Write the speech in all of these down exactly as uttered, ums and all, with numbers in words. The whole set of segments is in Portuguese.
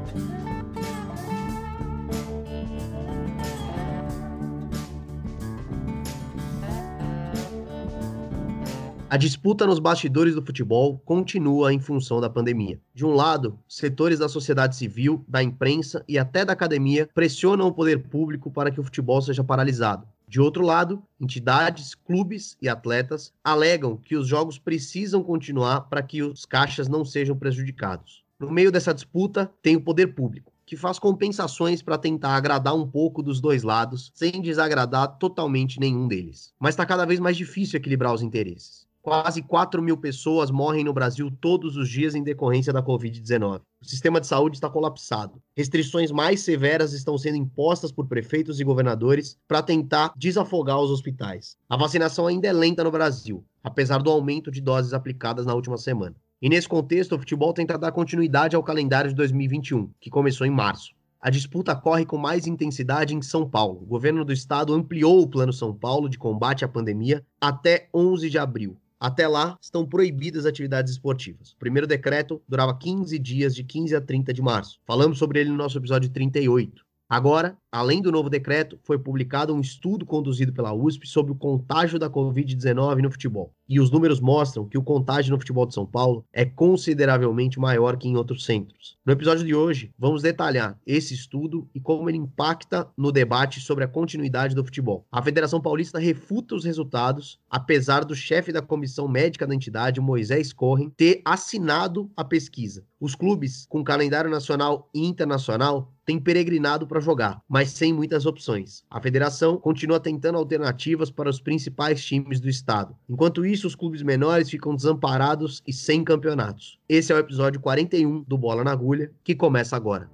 A disputa nos bastidores do futebol continua em função da pandemia. De um lado, setores da sociedade civil, da imprensa e até da academia pressionam o poder público para que o futebol seja paralisado. De outro lado, entidades, clubes e atletas alegam que os jogos precisam continuar para que os caixas não sejam prejudicados. No meio dessa disputa, tem o poder público, que faz compensações para tentar agradar um pouco dos dois lados, sem desagradar totalmente nenhum deles. Mas está cada vez mais difícil equilibrar os interesses. Quase quatro mil pessoas morrem no Brasil todos os dias em decorrência da covid dezenove. O sistema de saúde está colapsado. Restrições mais severas estão sendo impostas por prefeitos e governadores para tentar desafogar os hospitais. A vacinação ainda é lenta no Brasil, apesar do aumento de doses aplicadas na última semana. E nesse contexto, o futebol tenta dar continuidade ao calendário de dois mil e vinte e um, que começou em março. A disputa corre com mais intensidade em São Paulo. O governo do estado ampliou o Plano São Paulo de combate à pandemia até onze de abril. Até lá, estão proibidas atividades esportivas. O primeiro decreto durava quinze dias, de quinze a trinta de março. Falamos sobre ele no nosso episódio trinta e oito. Agora, além do novo decreto, foi publicado um estudo conduzido pela U S P sobre o contágio da covid dezenove no futebol. E os números mostram que o contágio no futebol de São Paulo é consideravelmente maior que em outros centros. No episódio de hoje, vamos detalhar esse estudo e como ele impacta no debate sobre a continuidade do futebol. A Federação Paulista refuta os resultados, apesar do chefe da comissão médica da entidade, Moisés Correm, ter assinado a pesquisa. Os clubes, com calendário nacional e internacional, têm peregrinado para jogar, mas sem muitas opções. A federação continua tentando alternativas para os principais times do estado. Enquanto isso, os clubes menores ficam desamparados e sem campeonatos. Esse é o episódio quarenta e um do Bola na Agulha, que começa agora.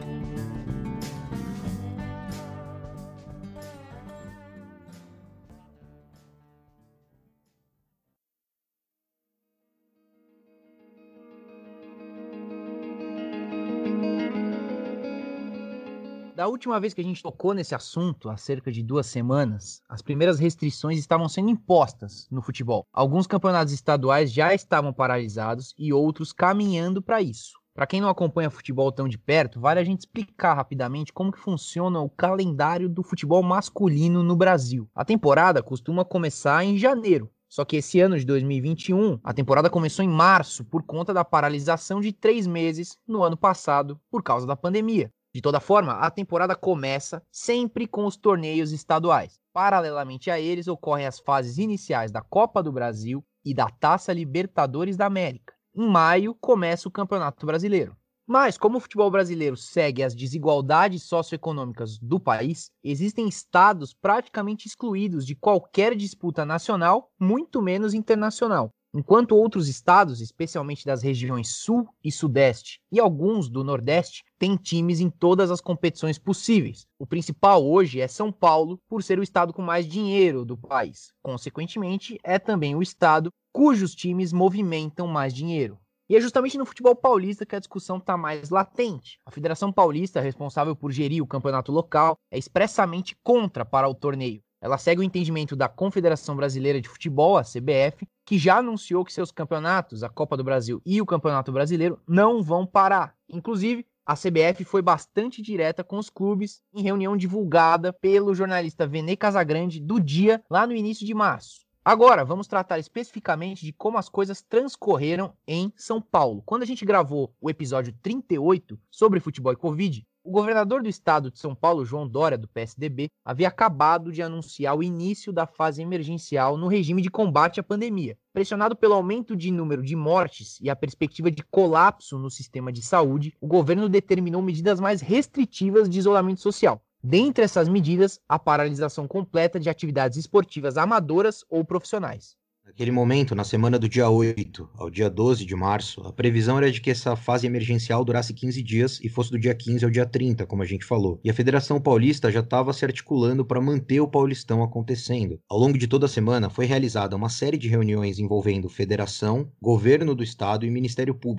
Da última vez que a gente tocou nesse assunto, há cerca de duas semanas, as primeiras restrições estavam sendo impostas no futebol. Alguns campeonatos estaduais já estavam paralisados e outros caminhando para isso. Para quem não acompanha futebol tão de perto, vale a gente explicar rapidamente como que funciona o calendário do futebol masculino no Brasil. A temporada costuma começar em janeiro. Só que esse ano de dois mil e vinte e um, a temporada começou em março por conta da paralisação de três meses no ano passado por causa da pandemia. De toda forma, a temporada começa sempre com os torneios estaduais. Paralelamente a eles, ocorrem as fases iniciais da Copa do Brasil e da Taça Libertadores da América. Em maio, começa o Campeonato Brasileiro. Mas, como o futebol brasileiro segue as desigualdades socioeconômicas do país, existem estados praticamente excluídos de qualquer disputa nacional, muito menos internacional. Enquanto outros estados, especialmente das regiões Sul e Sudeste e alguns do Nordeste, têm times em todas as competições possíveis. O principal hoje é São Paulo, por ser o estado com mais dinheiro do país. Consequentemente, é também o estado cujos times movimentam mais dinheiro. E é justamente no futebol paulista que a discussão está mais latente. A Federação Paulista, responsável por gerir o campeonato local, é expressamente contra para o torneio. Ela segue o entendimento da Confederação Brasileira de Futebol, a C B F, que já anunciou que seus campeonatos, a Copa do Brasil e o Campeonato Brasileiro, não vão parar. Inclusive, a C B F foi bastante direta com os clubes em reunião divulgada pelo jornalista Vene Casagrande do Dia, lá no início de março. Agora, vamos tratar especificamente de como as coisas transcorreram em São Paulo. Quando a gente gravou o episódio trinta e oito sobre futebol e Covid, o governador do estado de São Paulo, João Dória, do P S D B, havia acabado de anunciar o início da fase emergencial no regime de combate à pandemia. Pressionado pelo aumento de número de mortes e a perspectiva de colapso no sistema de saúde, o governo determinou medidas mais restritivas de isolamento social. Dentre essas medidas, a paralisação completa de atividades esportivas amadoras ou profissionais. Naquele momento, na semana do dia oito ao dia doze de março, a previsão era de que essa fase emergencial durasse quinze dias e fosse do dia quinze ao dia trinta, como a gente falou. E a Federação Paulista já estava se articulando para manter o Paulistão acontecendo. Ao longo de toda a semana, foi realizada uma série de reuniões envolvendo federação, governo do estado e Ministério Público.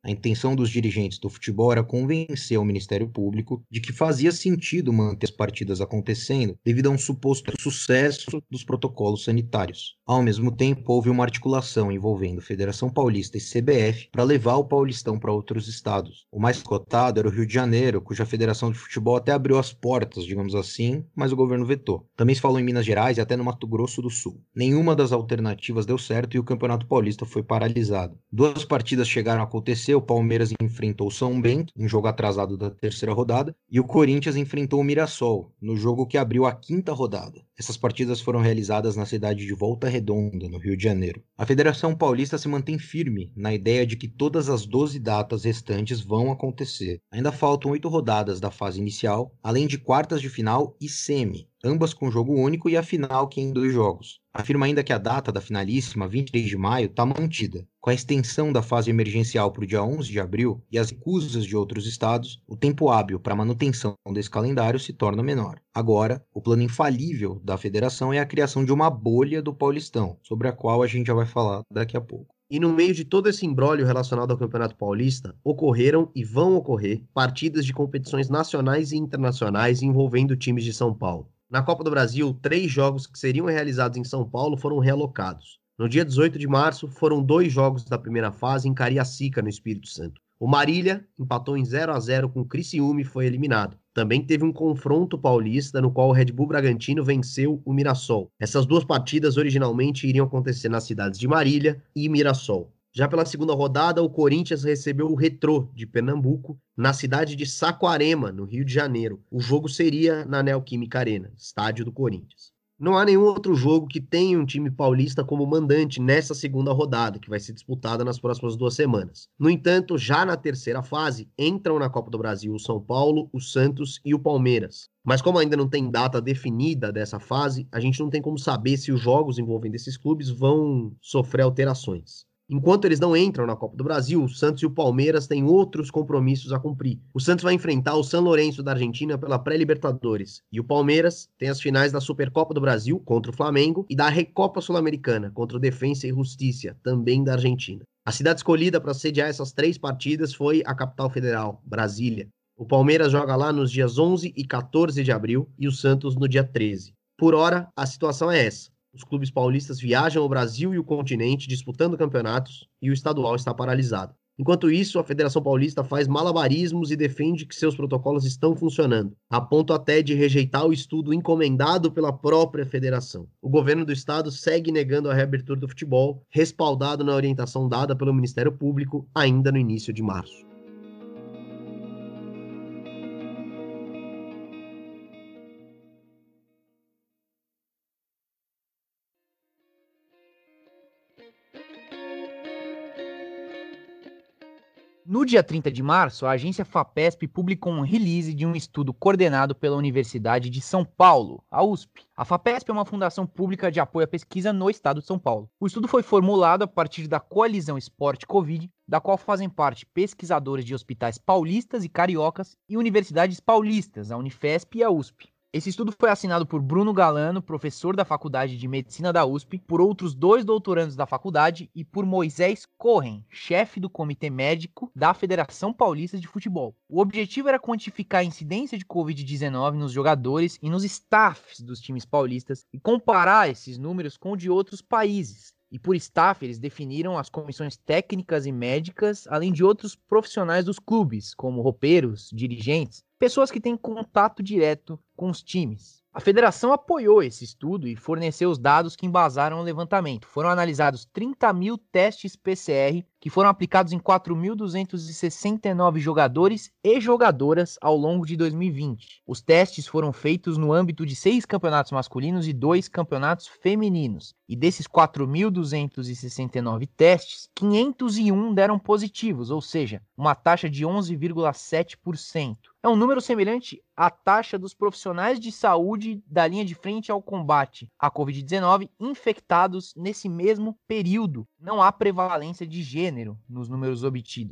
A intenção dos dirigentes do futebol era convencer o Ministério Público de que fazia sentido manter as partidas acontecendo devido a um suposto sucesso dos protocolos sanitários. Ao mesmo tempo, houve uma articulação envolvendo Federação Paulista e C B F para levar o Paulistão para outros estados. O mais cotado era o Rio de Janeiro, cuja Federação de Futebol até abriu as portas, digamos assim, mas o governo vetou. Também se falou em Minas Gerais e até no Mato Grosso do Sul. Nenhuma das alternativas deu certo e o Campeonato Paulista foi paralisado. Duas partidas chegaram a acontecer. O Palmeiras enfrentou o São Bento, um jogo atrasado da terceira rodada, e o Corinthians enfrentou o Mirassol, no jogo que abriu a quinta rodada. Essas partidas foram realizadas na cidade de Volta Redonda, no Rio de Janeiro. A Federação Paulista se mantém firme na ideia de que todas as doze datas restantes vão acontecer. Ainda faltam oito rodadas da fase inicial, além de quartas de final e semi, ambas com jogo único, e a final que é em dois jogos. Afirma ainda que a data da finalíssima, vinte e três de maio, está mantida. Com a extensão da fase emergencial para o dia onze de abril e as recusas de outros estados, o tempo hábil para a manutenção desse calendário se torna menor. Agora, o plano infalível da federação é a criação de uma bolha do Paulistão, sobre a qual a gente já vai falar daqui a pouco. E no meio de todo esse imbróglio relacionado ao Campeonato Paulista, ocorreram e vão ocorrer partidas de competições nacionais e internacionais envolvendo times de São Paulo. Na Copa do Brasil, três jogos que seriam realizados em São Paulo foram realocados. No dia dezoito de março, foram dois jogos da primeira fase em Cariacica, no Espírito Santo. O Marília empatou em zero a zero com o Criciúma e foi eliminado. Também teve um confronto paulista no qual o Red Bull Bragantino venceu o Mirassol. Essas duas partidas originalmente iriam acontecer nas cidades de Marília e Mirassol. Já pela segunda rodada, o Corinthians recebeu o Retrô de Pernambuco na cidade de Saquarema, no Rio de Janeiro. O jogo seria na Neoquímica Arena, estádio do Corinthians. Não há nenhum outro jogo que tenha um time paulista como mandante nessa segunda rodada, que vai ser disputada nas próximas duas semanas. No entanto, já na terceira fase, entram na Copa do Brasil o São Paulo, o Santos e o Palmeiras. Mas como ainda não tem data definida dessa fase, a gente não tem como saber se os jogos envolvendo esses clubes vão sofrer alterações. Enquanto eles não entram na Copa do Brasil, o Santos e o Palmeiras têm outros compromissos a cumprir. O Santos vai enfrentar o San Lorenzo da Argentina pela pré-Libertadores. E o Palmeiras tem as finais da Supercopa do Brasil contra o Flamengo e da Recopa Sul-Americana contra o Defensa e Justicia, também da Argentina. A cidade escolhida para sediar essas três partidas foi a capital federal, Brasília. O Palmeiras joga lá nos dias onze e quatorze de abril e o Santos no dia treze. Por hora, a situação é essa. Os clubes paulistas viajam ao Brasil e o continente disputando campeonatos e o estadual está paralisado. Enquanto isso, a Federação Paulista faz malabarismos e defende que seus protocolos estão funcionando, a ponto até de rejeitar o estudo encomendado pela própria federação. O governo do estado segue negando a reabertura do futebol, respaldado na orientação dada pelo Ministério Público ainda no início de março. No dia trinta de março, a agência FAPESP publicou um release de um estudo coordenado pela Universidade de São Paulo, a U S P. A FAPESP é uma fundação pública de apoio à pesquisa no estado de São Paulo. O estudo foi formulado a partir da Coalizão Esporte Covid, da qual fazem parte pesquisadores de hospitais paulistas e cariocas e universidades paulistas, a Unifesp e a U S P. Esse estudo foi assinado por Bruno Galano, professor da Faculdade de Medicina da U S P, por outros dois doutorandos da faculdade e por Moisés Corren, chefe do Comitê Médico da Federação Paulista de Futebol. O objetivo era quantificar a incidência de covid dezenove nos jogadores e nos staffs dos times paulistas e comparar esses números com o de outros países. E por staff, eles definiram as comissões técnicas e médicas, além de outros profissionais dos clubes, como roupeiros, dirigentes, pessoas que têm contato direto com os times. A federação apoiou esse estudo e forneceu os dados que embasaram o levantamento. Foram analisados trinta mil testes P C R que foram aplicados em quatro mil duzentos e sessenta e nove jogadores e jogadoras ao longo de dois mil e vinte. Os testes foram feitos no âmbito de seis campeonatos masculinos e dois campeonatos femininos. E desses quatro mil duzentos e sessenta e nove testes, quinhentos e um deram positivos, ou seja, uma taxa de onze vírgula sete por cento. É um número semelhante à taxa dos profissionais de saúde da linha de frente ao combate à covid dezenove infectados nesse mesmo período. Não há prevalência de gênero nos números obtidos.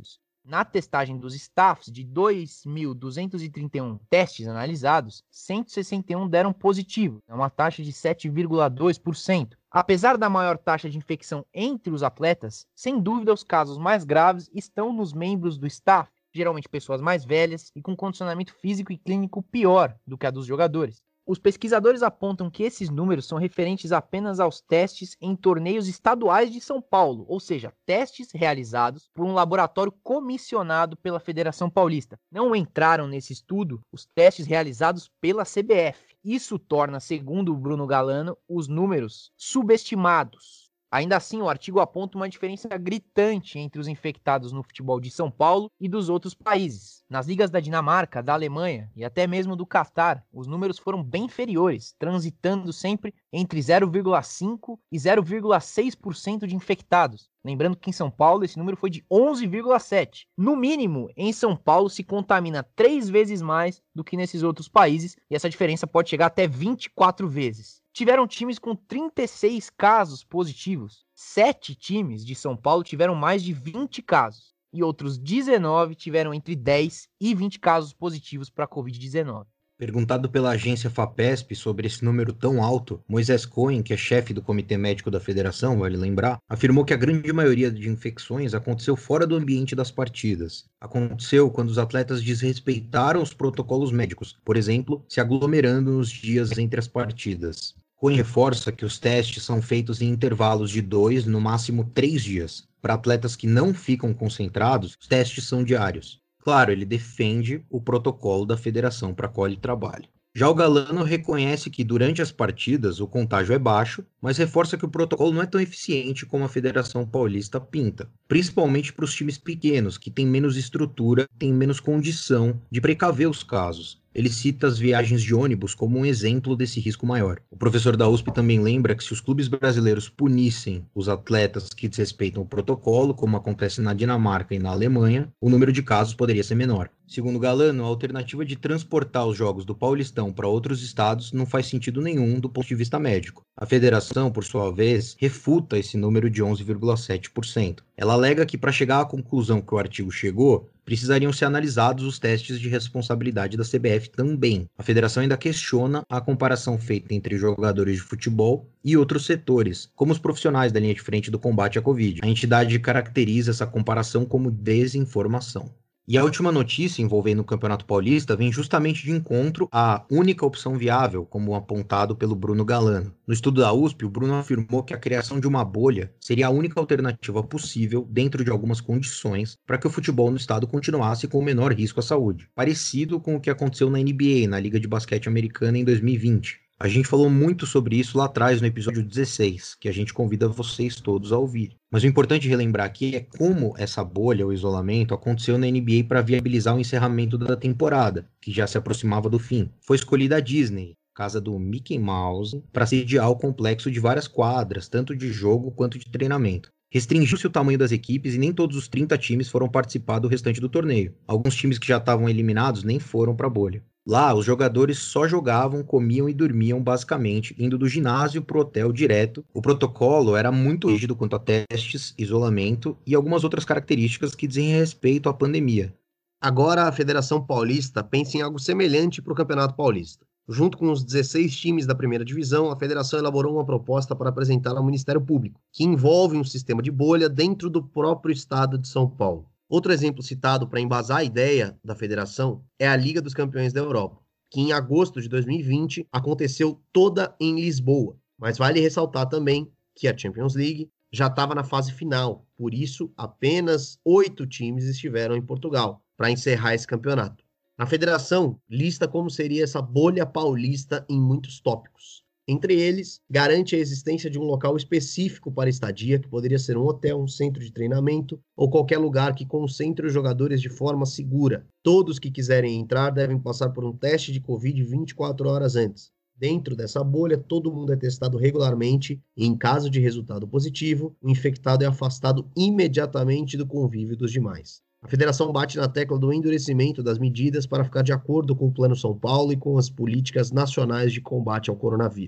Na testagem dos staffs, de dois mil duzentos e trinta e um testes analisados, cento e sessenta e um deram positivo, é uma taxa de sete vírgula dois por cento. Apesar da maior taxa de infecção entre os atletas, sem dúvida os casos mais graves estão nos membros do staff, geralmente pessoas mais velhas e com condicionamento físico e clínico pior do que a dos jogadores. Os pesquisadores apontam que esses números são referentes apenas aos testes em torneios estaduais de São Paulo, ou seja, testes realizados por um laboratório comissionado pela Federação Paulista. Não entraram nesse estudo os testes realizados pela C B F. Isso torna, segundo o Bruno Galano, os números subestimados. Ainda assim, o artigo aponta uma diferença gritante entre os infectados no futebol de São Paulo e dos outros países. Nas ligas da Dinamarca, da Alemanha e até mesmo do Catar, os números foram bem inferiores, transitando sempre entre zero vírgula cinco por cento e zero vírgula seis por cento de infectados. Lembrando que em São Paulo esse número foi de onze vírgula sete por cento. No mínimo, em São Paulo se contamina três vezes mais do que nesses outros países, e essa diferença pode chegar até vinte e quatro vezes. Tiveram times com trinta e seis casos positivos. Sete times de São Paulo tiveram mais de vinte casos. E outros dezenove tiveram entre dez e vinte casos positivos para a covid dezenove. Perguntado pela agência FAPESP sobre esse número tão alto, Moisés Cohen, que é chefe do Comitê Médico da Federação, vale lembrar, afirmou que a grande maioria de infecções aconteceu fora do ambiente das partidas. Aconteceu quando os atletas desrespeitaram os protocolos médicos, por exemplo, se aglomerando nos dias entre as partidas. Cohen reforça que os testes são feitos em intervalos de dois, no máximo três dias. Para atletas que não ficam concentrados, os testes são diários. Claro, ele defende o protocolo da federação para a qual ele trabalha. Já o Galano reconhece que durante as partidas o contágio é baixo, mas reforça que o protocolo não é tão eficiente como a Federação Paulista pinta, principalmente para os times pequenos, que têm menos estrutura, têm menos condição de precaver os casos. Ele cita as viagens de ônibus como um exemplo desse risco maior. O professor da U S P também lembra que se os clubes brasileiros punissem os atletas que desrespeitam o protocolo, como acontece na Dinamarca e na Alemanha, o número de casos poderia ser menor. Segundo Galano, a alternativa de transportar os jogos do Paulistão para outros estados não faz sentido nenhum do ponto de vista médico. A federação, por sua vez, refuta esse número de onze vírgula sete por cento. Ela alega que para chegar à conclusão que o artigo chegou, precisariam ser analisados os testes de responsabilidade da C B F também. A federação ainda questiona a comparação feita entre jogadores de futebol e outros setores, como os profissionais da linha de frente do combate à Covid. A entidade caracteriza essa comparação como desinformação. E a última notícia envolvendo o Campeonato Paulista vem justamente de encontro à única opção viável, como apontado pelo Bruno Galano. No estudo da U S P, o Bruno afirmou que a criação de uma bolha seria a única alternativa possível, dentro de algumas condições, para que o futebol no estado continuasse com o menor risco à saúde. Parecido com o que aconteceu na N B A, na Liga de Basquete Americana, em dois mil e vinte. A gente falou muito sobre isso lá atrás no episódio dezesseis, que a gente convida vocês todos a ouvir. Mas o importante relembrar aqui é como essa bolha, o isolamento, aconteceu na N B A para viabilizar o encerramento da temporada, que já se aproximava do fim. Foi escolhida a Disney, casa do Mickey Mouse, para sediar o complexo de várias quadras, tanto de jogo quanto de treinamento. Restringiu-se o tamanho das equipes e nem todos os trinta times foram participar do restante do torneio. Alguns times que já estavam eliminados nem foram para a bolha. Lá, os jogadores só jogavam, comiam e dormiam basicamente, indo do ginásio pro hotel direto. O protocolo era muito rígido quanto a testes, isolamento e algumas outras características que dizem respeito à pandemia. Agora a Federação Paulista pensa em algo semelhante para o Campeonato Paulista. Junto com os dezesseis times da primeira divisão, a federação elaborou uma proposta para apresentar ao Ministério Público, que envolve um sistema de bolha dentro do próprio estado de São Paulo. Outro exemplo citado para embasar a ideia da federação é a Liga dos Campeões da Europa, que em agosto de dois mil e vinte aconteceu toda em Lisboa. Mas vale ressaltar também que a Champions League já estava na fase final, por isso apenas oito times estiveram em Portugal para encerrar esse campeonato. A federação lista como seria essa bolha paulista em muitos tópicos. Entre eles, garante a existência de um local específico para estadia, que poderia ser um hotel, um centro de treinamento ou qualquer lugar que concentre os jogadores de forma segura. Todos que quiserem entrar devem passar por um teste de Covid vinte e quatro horas antes. Dentro dessa bolha, todo mundo é testado regularmente e, em caso de resultado positivo, o infectado é afastado imediatamente do convívio dos demais. A federação bate na tecla do endurecimento das medidas para ficar de acordo com o Plano São Paulo e com as políticas nacionais de combate ao coronavírus.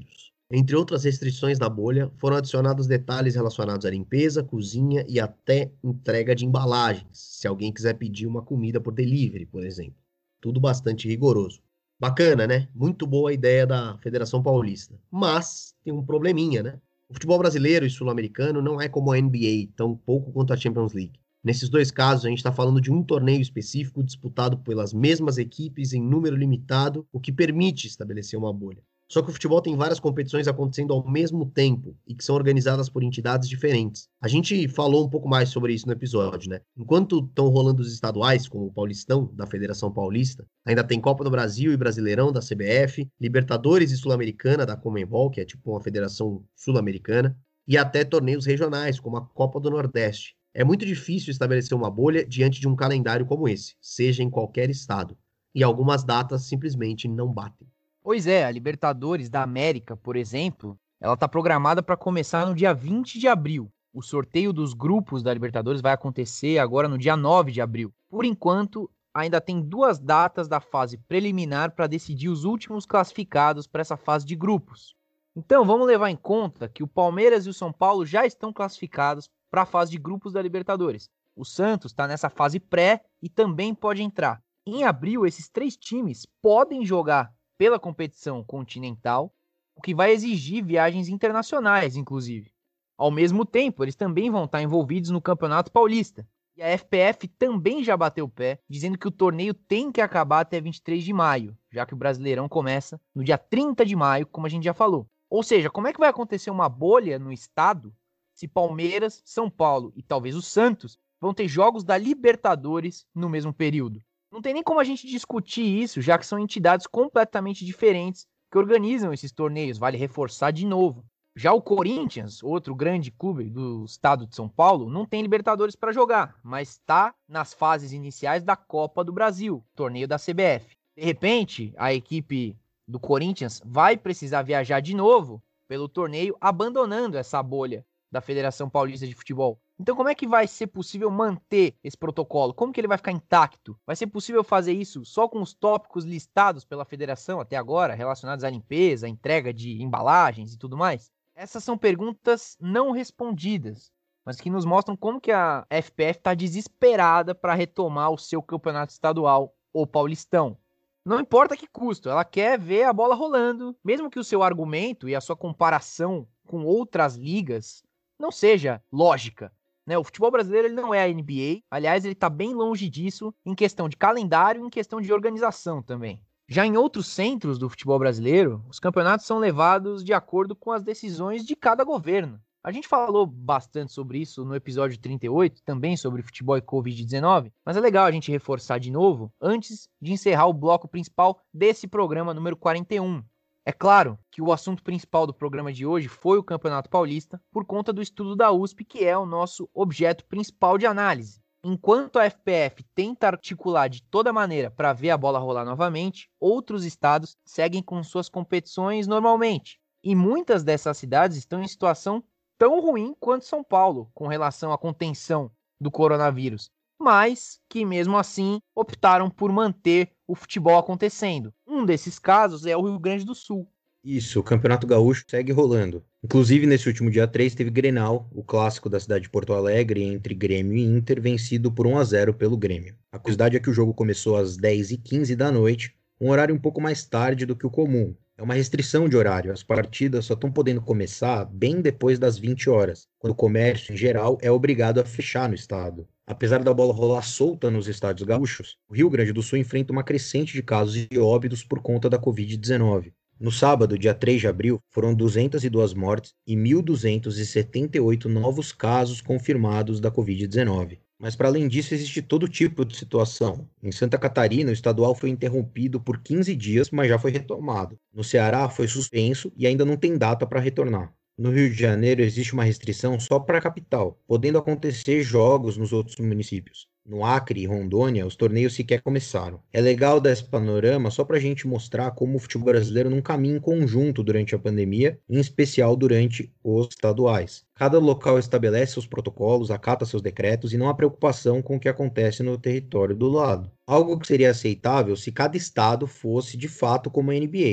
Entre outras restrições da bolha, foram adicionados detalhes relacionados à limpeza, cozinha e até entrega de embalagens, se alguém quiser pedir uma comida por delivery, por exemplo. Tudo bastante rigoroso. Bacana, né? Muito boa a ideia da Federação Paulista. Mas tem um probleminha, né? O futebol brasileiro e sul-americano não é como a N B A, tão pouco quanto a Champions League. Nesses dois casos, a gente está falando de um torneio específico disputado pelas mesmas equipes em número limitado, o que permite estabelecer uma bolha. Só que o futebol tem várias competições acontecendo ao mesmo tempo e que são organizadas por entidades diferentes. A gente falou um pouco mais sobre isso no episódio, né? Enquanto estão rolando os estaduais, como o Paulistão, da Federação Paulista, ainda tem Copa do Brasil e Brasileirão, da C B F, Libertadores e Sul-Americana, da Conmebol, que é tipo uma federação sul-americana, e até torneios regionais, como a Copa do Nordeste. É muito difícil estabelecer uma bolha diante de um calendário como esse, seja em qualquer estado. E algumas datas simplesmente não batem. Pois é, a Libertadores da América, por exemplo, ela está programada para começar no dia vinte de abril. O sorteio dos grupos da Libertadores vai acontecer agora no dia nove de abril. Por enquanto, ainda tem duas datas da fase preliminar para decidir os últimos classificados para essa fase de grupos. Então, vamos levar em conta que o Palmeiras e o São Paulo já estão classificados para a fase de grupos da Libertadores. O Santos está nessa fase pré e também pode entrar. Em abril, esses três times podem jogar pela competição continental, o que vai exigir viagens internacionais, inclusive. Ao mesmo tempo, eles também vão estar envolvidos no Campeonato Paulista. E a F P F também já bateu o pé, dizendo que o torneio tem que acabar até vinte e três de maio, já que o Brasileirão começa no dia trinta de maio, como a gente já falou. Ou seja, como é que vai acontecer uma bolha no estado se Palmeiras, São Paulo e talvez o Santos vão ter jogos da Libertadores no mesmo período? Não tem nem como a gente discutir isso, já que são entidades completamente diferentes que organizam esses torneios, vale reforçar de novo. Já o Corinthians, outro grande clube do estado de São Paulo, não tem Libertadores para jogar, mas está nas fases iniciais da Copa do Brasil, torneio da C B F. De repente, a equipe do Corinthians vai precisar viajar de novo pelo torneio, abandonando essa bolha da Federação Paulista de Futebol. Então, como é que vai ser possível manter esse protocolo? Como que ele vai ficar intacto? Vai ser possível fazer isso só com os tópicos listados pela federação até agora, relacionados à limpeza, à entrega de embalagens e tudo mais? Essas são perguntas não respondidas, mas que nos mostram como que a F P F está desesperada para retomar o seu campeonato estadual ou paulistão. Não importa que custo, ela quer ver a bola rolando, mesmo que o seu argumento e a sua comparação com outras ligas não seja lógica. Né? O futebol brasileiro ele não é a N B A, aliás, ele está bem longe disso em questão de calendário e em questão de organização também. Já em outros centros do futebol brasileiro, os campeonatos são levados de acordo com as decisões de cada governo. A gente falou bastante sobre isso no episódio trinta e oito, também sobre futebol e covid dezenove, mas é legal a gente reforçar de novo antes de encerrar o bloco principal desse programa número quarenta e um. É claro que o assunto principal do programa de hoje foi o Campeonato Paulista, por conta do estudo da U S P, que é o nosso objeto principal de análise. Enquanto a F P F tenta articular de toda maneira para ver a bola rolar novamente, outros estados seguem com suas competições normalmente. E muitas dessas cidades estão em situação tão ruim quanto São Paulo, com relação à contenção do coronavírus, mas que mesmo assim optaram por manter o futebol acontecendo. Um desses casos é o Rio Grande do Sul. Isso, o Campeonato Gaúcho segue rolando. Inclusive, nesse último dia três, teve Grenal, o clássico da cidade de Porto Alegre, entre Grêmio e Inter, vencido por um a zero pelo Grêmio. A curiosidade é que o jogo começou às dez e quinze da noite, um horário um pouco mais tarde do que o comum. É uma restrição de horário, as partidas só estão podendo começar bem depois das vinte horas, quando o comércio, em geral, é obrigado a fechar no estado. Apesar da bola rolar solta nos estádios gaúchos, o Rio Grande do Sul enfrenta uma crescente de casos e óbitos por conta da covid dezenove. No sábado, dia três de abril, foram duzentas e duas mortes e mil duzentos e setenta e oito novos casos confirmados da covid dezenove. Mas para além disso, existe todo tipo de situação. Em Santa Catarina, o estadual foi interrompido por quinze dias, mas já foi retomado. No Ceará, foi suspenso e ainda não tem data para retornar. No Rio de Janeiro, existe uma restrição só para a capital, podendo acontecer jogos nos outros municípios. No Acre e Rondônia, os torneios sequer começaram. É legal dar esse panorama só para a gente mostrar como o futebol brasileiro não caminha em conjunto durante a pandemia, em especial durante os estaduais. Cada local estabelece seus protocolos, acata seus decretos e não há preocupação com o que acontece no território do lado. Algo que seria aceitável se cada estado fosse de fato como a N B A,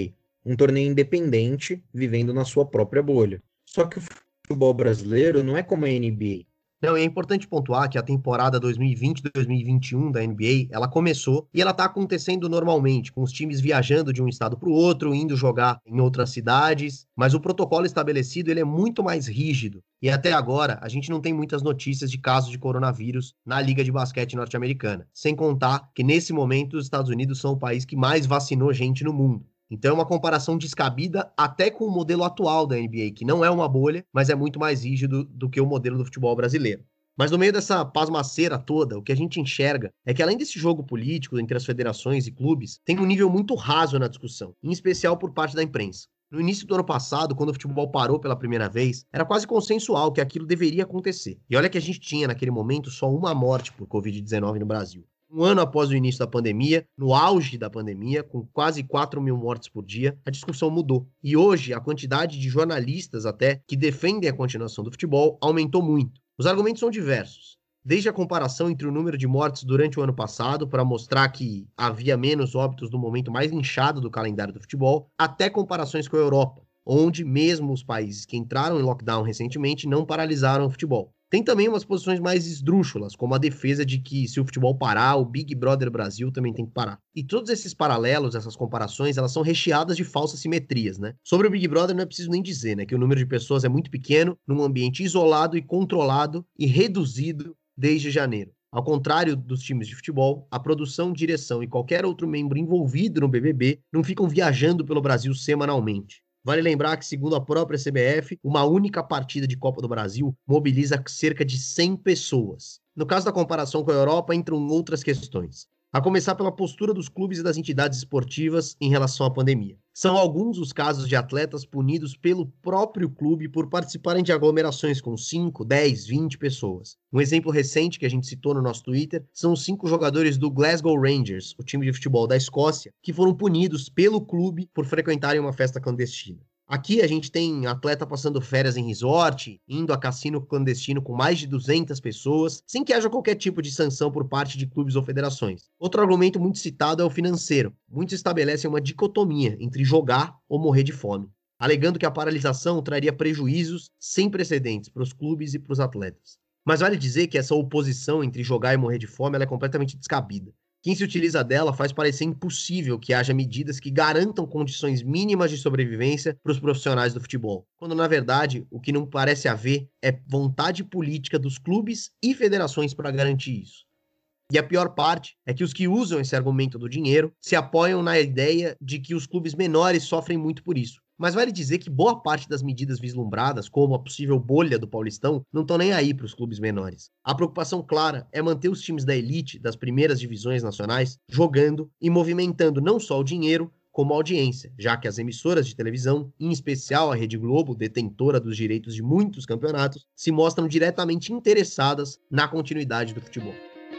um torneio independente, vivendo na sua própria bolha. Só que o futebol brasileiro não é como a N B A. Não, e é importante pontuar que a temporada dois mil e vinte dois mil e vinte e um da N B A, ela começou e ela tá acontecendo normalmente, com os times viajando de um estado para o outro, indo jogar em outras cidades, mas o protocolo estabelecido, ele é muito mais rígido. E até agora, a gente não tem muitas notícias de casos de coronavírus na Liga de Basquete norte-americana. Sem contar que, nesse momento, os Estados Unidos são o país que mais vacinou gente no mundo. Então é uma comparação descabida até com o modelo atual da N B A, que não é uma bolha, mas é muito mais rígido do que o modelo do futebol brasileiro. Mas no meio dessa pasmaceira toda, o que a gente enxerga é que, além desse jogo político entre as federações e clubes, tem um nível muito raso na discussão, em especial por parte da imprensa. No início do ano passado, quando o futebol parou pela primeira vez, era quase consensual que aquilo deveria acontecer. E olha que a gente tinha, naquele momento, só uma morte por covid dezenove no Brasil. Um ano após o início da pandemia, no auge da pandemia, com quase quatro mil mortes por dia, a discussão mudou. E hoje, a quantidade de jornalistas até que defendem a continuação do futebol aumentou muito. Os argumentos são diversos. Desde a comparação entre o número de mortes durante o ano passado, para mostrar que havia menos óbitos no momento mais inchado do calendário do futebol, até comparações com a Europa, onde mesmo os países que entraram em lockdown recentemente não paralisaram o futebol. Tem também umas posições mais esdrúxulas, como a defesa de que se o futebol parar, o Big Brother Brasil também tem que parar. E todos esses paralelos, essas comparações, elas são recheadas de falsas simetrias, né? Sobre o Big Brother não é preciso nem dizer, né? Que o número de pessoas é muito pequeno, num ambiente isolado e controlado e reduzido desde janeiro. Ao contrário dos times de futebol, a produção, direção e qualquer outro membro envolvido no B B B não ficam viajando pelo Brasil semanalmente. Vale lembrar que, segundo a própria C B F, uma única partida de Copa do Brasil mobiliza cerca de cem pessoas. No caso da comparação com a Europa, entram outras questões. A começar pela postura dos clubes e das entidades esportivas em relação à pandemia. São alguns os casos de atletas punidos pelo próprio clube por participarem de aglomerações com cinco, dez, vinte pessoas. Um exemplo recente que a gente citou no nosso Twitter são os cinco jogadores do Glasgow Rangers, o time de futebol da Escócia, que foram punidos pelo clube por frequentarem uma festa clandestina. Aqui a gente tem atleta passando férias em resort, indo a cassino clandestino com mais de duzentas pessoas, sem que haja qualquer tipo de sanção por parte de clubes ou federações. Outro argumento muito citado é o financeiro. Muitos estabelecem uma dicotomia entre jogar ou morrer de fome, alegando que a paralisação traria prejuízos sem precedentes para os clubes e para os atletas. Mas vale dizer que essa oposição entre jogar e morrer de fome ela é completamente descabida. Quem se utiliza dela faz parecer impossível que haja medidas que garantam condições mínimas de sobrevivência para os profissionais do futebol, quando na verdade o que não parece haver é vontade política dos clubes e federações para garantir isso. E a pior parte é que os que usam esse argumento do dinheiro se apoiam na ideia de que os clubes menores sofrem muito por isso. Mas vale dizer que boa parte das medidas vislumbradas, como a possível bolha do Paulistão, não estão nem aí para os clubes menores. A preocupação clara é manter os times da elite, das primeiras divisões nacionais, jogando e movimentando não só o dinheiro, como a audiência, já que as emissoras de televisão, em especial a Rede Globo, detentora dos direitos de muitos campeonatos, se mostram diretamente interessadas na continuidade do futebol.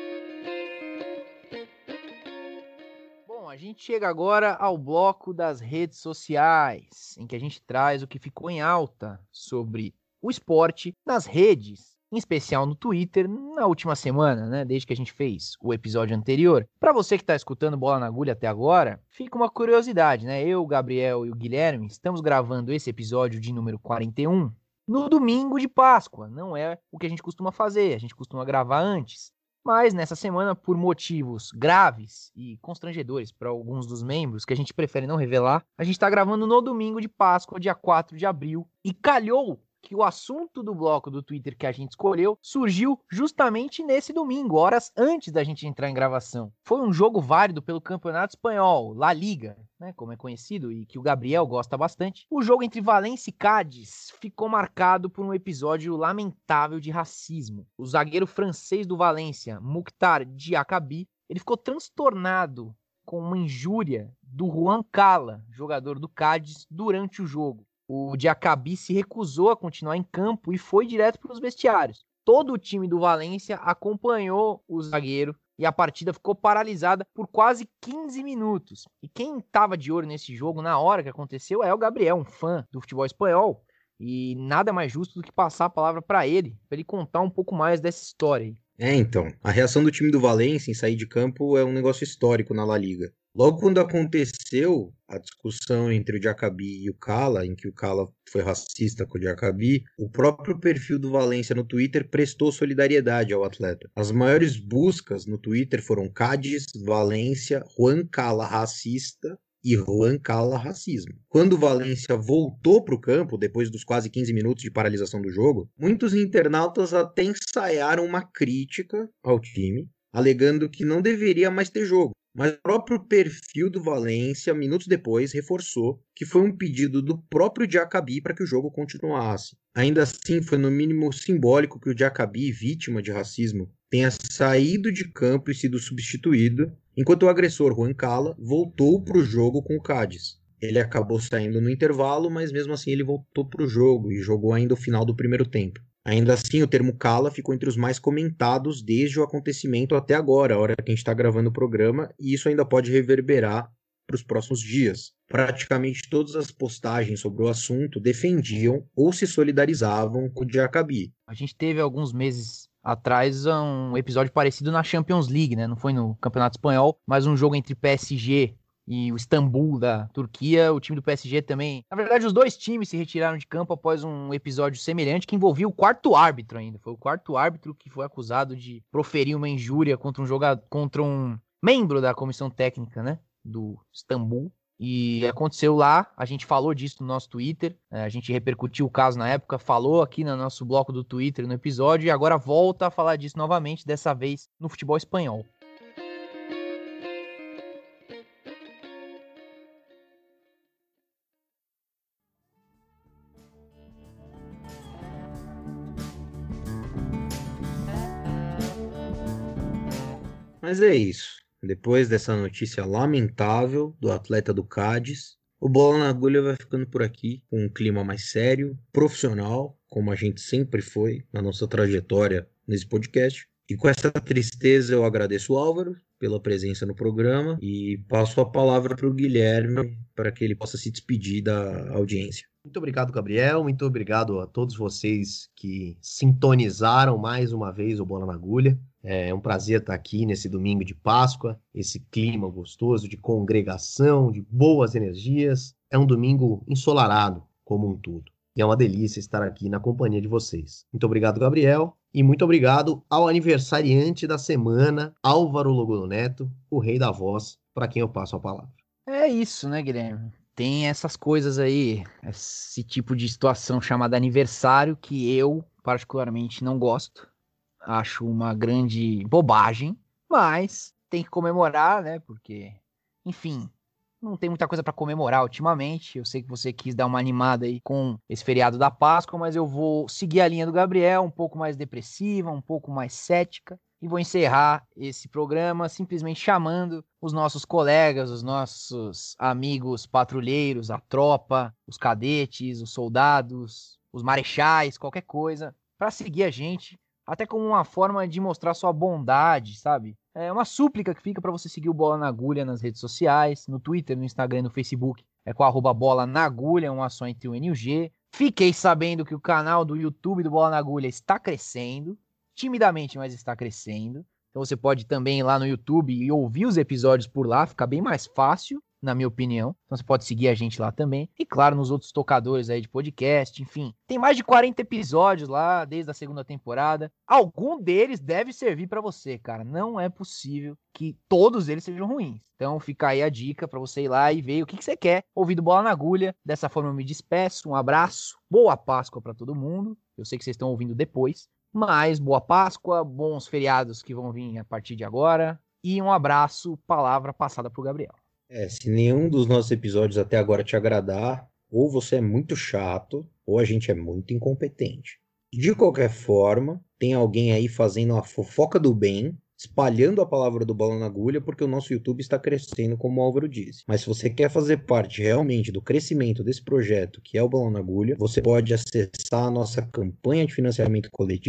A gente chega agora ao bloco das redes sociais, em que a gente traz o que ficou em alta sobre o esporte nas redes, em especial no Twitter, na última semana, né, desde que a gente fez o episódio anterior. Para você que está escutando Bola na Agulha até agora, fica uma curiosidade, né? Eu, o Gabriel e o Guilherme estamos gravando esse episódio de número quarenta e um no domingo de Páscoa. Não é o que a gente costuma fazer, a gente costuma gravar antes. Mas nessa semana, por motivos graves e constrangedores para alguns dos membros, que a gente prefere não revelar, a gente está gravando no domingo de Páscoa, dia quatro de abril, e calhou que o assunto do bloco do Twitter que a gente escolheu surgiu justamente nesse domingo, horas antes da gente entrar em gravação. Foi um jogo válido pelo Campeonato Espanhol, La Liga, né, como é conhecido e que o Gabriel gosta bastante. O jogo entre Valência e Cádiz ficou marcado por um episódio lamentável de racismo. O zagueiro francês do Valência, Mukhtar Diakabi, ele ficou transtornado com uma injúria do Juan Cala, jogador do Cádiz, durante o jogo. O Diakabi se recusou a continuar em campo e foi direto para os vestiários. Todo o time do Valência acompanhou o zagueiro e a partida ficou paralisada por quase quinze minutos. E quem estava de olho nesse jogo na hora que aconteceu é o Gabriel, um fã do futebol espanhol. E nada mais justo do que passar a palavra para ele, para ele contar um pouco mais dessa história aí. É, então, a reação do time do Valência em sair de campo é um negócio histórico na La Liga. Logo quando aconteceu a discussão entre o Diacaby e o Cala, em que o Cala foi racista com o Diacaby, o próprio perfil do Valência no Twitter prestou solidariedade ao atleta. As maiores buscas no Twitter foram Cádiz, Valência, Juan Cala racista e Juan Cala racismo. Quando o Valência voltou para o campo, depois dos quase quinze minutos de paralisação do jogo, muitos internautas até ensaiaram uma crítica ao time, alegando que não deveria mais ter jogo. Mas o próprio perfil do Valência, minutos depois, reforçou que foi um pedido do próprio Diacaby para que o jogo continuasse. Ainda assim, foi no mínimo simbólico que o Diacaby, vítima de racismo, tenha saído de campo e sido substituído, enquanto o agressor, Juan Cala, voltou para o jogo com o Cádiz. Ele acabou saindo no intervalo, mas mesmo assim ele voltou para o jogo e jogou ainda o final do primeiro tempo. Ainda assim, o termo Cala ficou entre os mais comentados desde o acontecimento até agora, a hora que a gente está gravando o programa, e isso ainda pode reverberar para os próximos dias. Praticamente todas as postagens sobre o assunto defendiam ou se solidarizavam com o Diacaby. A gente teve alguns meses atrás um episódio parecido na Champions League, né? Não foi no Campeonato Espanhol, mas um jogo entre P S G e o Istambul da Turquia. O time do P S G também... Na verdade, os dois times se retiraram de campo após um episódio semelhante que envolvia o quarto árbitro ainda. Foi o quarto árbitro que foi acusado de proferir uma injúria contra um jogador, contra um membro da comissão técnica, né, do Istambul. E aconteceu lá, a gente falou disso no nosso Twitter, a gente repercutiu o caso na época, falou aqui no nosso bloco do Twitter no episódio, e agora volta a falar disso novamente, dessa vez no futebol espanhol. Mas é isso. Depois dessa notícia lamentável do atleta do Cádiz, o Bola na Agulha vai ficando por aqui com um clima mais sério, profissional, como a gente sempre foi na nossa trajetória nesse podcast. E com essa tristeza eu agradeço o Álvaro pela presença no programa e passo a palavra para o Guilherme para que ele possa se despedir da audiência. Muito obrigado, Gabriel. Muito obrigado a todos vocês que sintonizaram mais uma vez o Bola na Agulha. É um prazer estar aqui nesse domingo de Páscoa, esse clima gostoso de congregação, de boas energias. É um domingo ensolarado, como um todo. E é uma delícia estar aqui na companhia de vocês. Muito obrigado, Gabriel. E muito obrigado ao aniversariante da semana, Álvaro Logono Neto, o rei da voz, para quem eu passo a palavra. É isso, né, Guilherme? Tem essas coisas aí, esse tipo de situação chamada aniversário que eu, particularmente, não gosto. Acho uma grande bobagem, mas tem que comemorar, né? Porque, enfim, não tem muita coisa para comemorar ultimamente. Eu sei que você quis dar uma animada aí com esse feriado da Páscoa, mas eu vou seguir a linha do Gabriel, um pouco mais depressiva, um pouco mais cética, e vou encerrar esse programa simplesmente chamando os nossos colegas, os nossos amigos patrulheiros, a tropa, os cadetes, os soldados, os marechais, qualquer coisa, para seguir a gente, até como uma forma de mostrar sua bondade, sabe? É uma súplica que fica para você seguir o Bola na Agulha nas redes sociais, no Twitter, no Instagram e no Facebook. É com arroba Bola na Agulha, uma só entre o N e o G. Fiquei sabendo que o canal do YouTube do Bola na Agulha está crescendo, timidamente, mas está crescendo. Então você pode também ir lá no YouTube e ouvir os episódios por lá, fica bem mais fácil, na minha opinião. Então você pode seguir a gente lá também. E claro, nos outros tocadores aí de podcast, enfim. Tem mais de quarenta episódios lá, desde a segunda temporada. Algum deles deve servir pra você, cara. Não é possível que todos eles sejam ruins. Então fica aí a dica pra você ir lá e ver o que, que você quer ouvir do Bola na Agulha. Dessa forma eu me despeço. Um abraço. Boa Páscoa pra todo mundo. Eu sei que vocês estão ouvindo depois. Mas boa Páscoa, bons feriados que vão vir a partir de agora. E um abraço, palavra passada pro Gabriel. É, se nenhum dos nossos episódios até agora te agradar, ou você é muito chato, ou a gente é muito incompetente. De qualquer forma, tem alguém aí fazendo a fofoca do bem, espalhando a palavra do Bola na Agulha, porque o nosso YouTube está crescendo, como o Álvaro disse. Mas se você quer fazer parte realmente do crescimento desse projeto, que é o Bola na Agulha, você pode acessar a nossa campanha de financiamento coletivo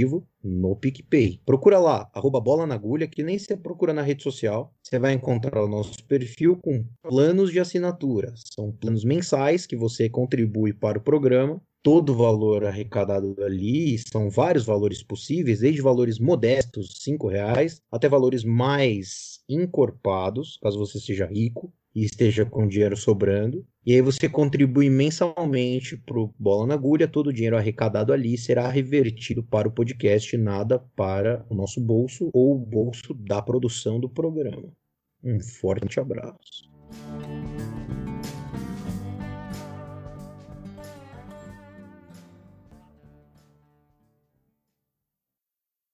no PicPay. Procura lá, arroba Bola na Agulha, que nem você procura na rede social. Você vai encontrar o nosso perfil com planos de assinatura. São planos mensais que você contribui para o programa. Todo o valor arrecadado ali, são vários valores possíveis, desde valores modestos, cinco reais, até valores mais encorpados, caso você seja rico e esteja com dinheiro sobrando. E aí você contribui mensalmente para o Bola na Agulha, todo o dinheiro arrecadado ali será revertido para o podcast, nada para o nosso bolso ou o bolso da produção do programa. Um forte abraço.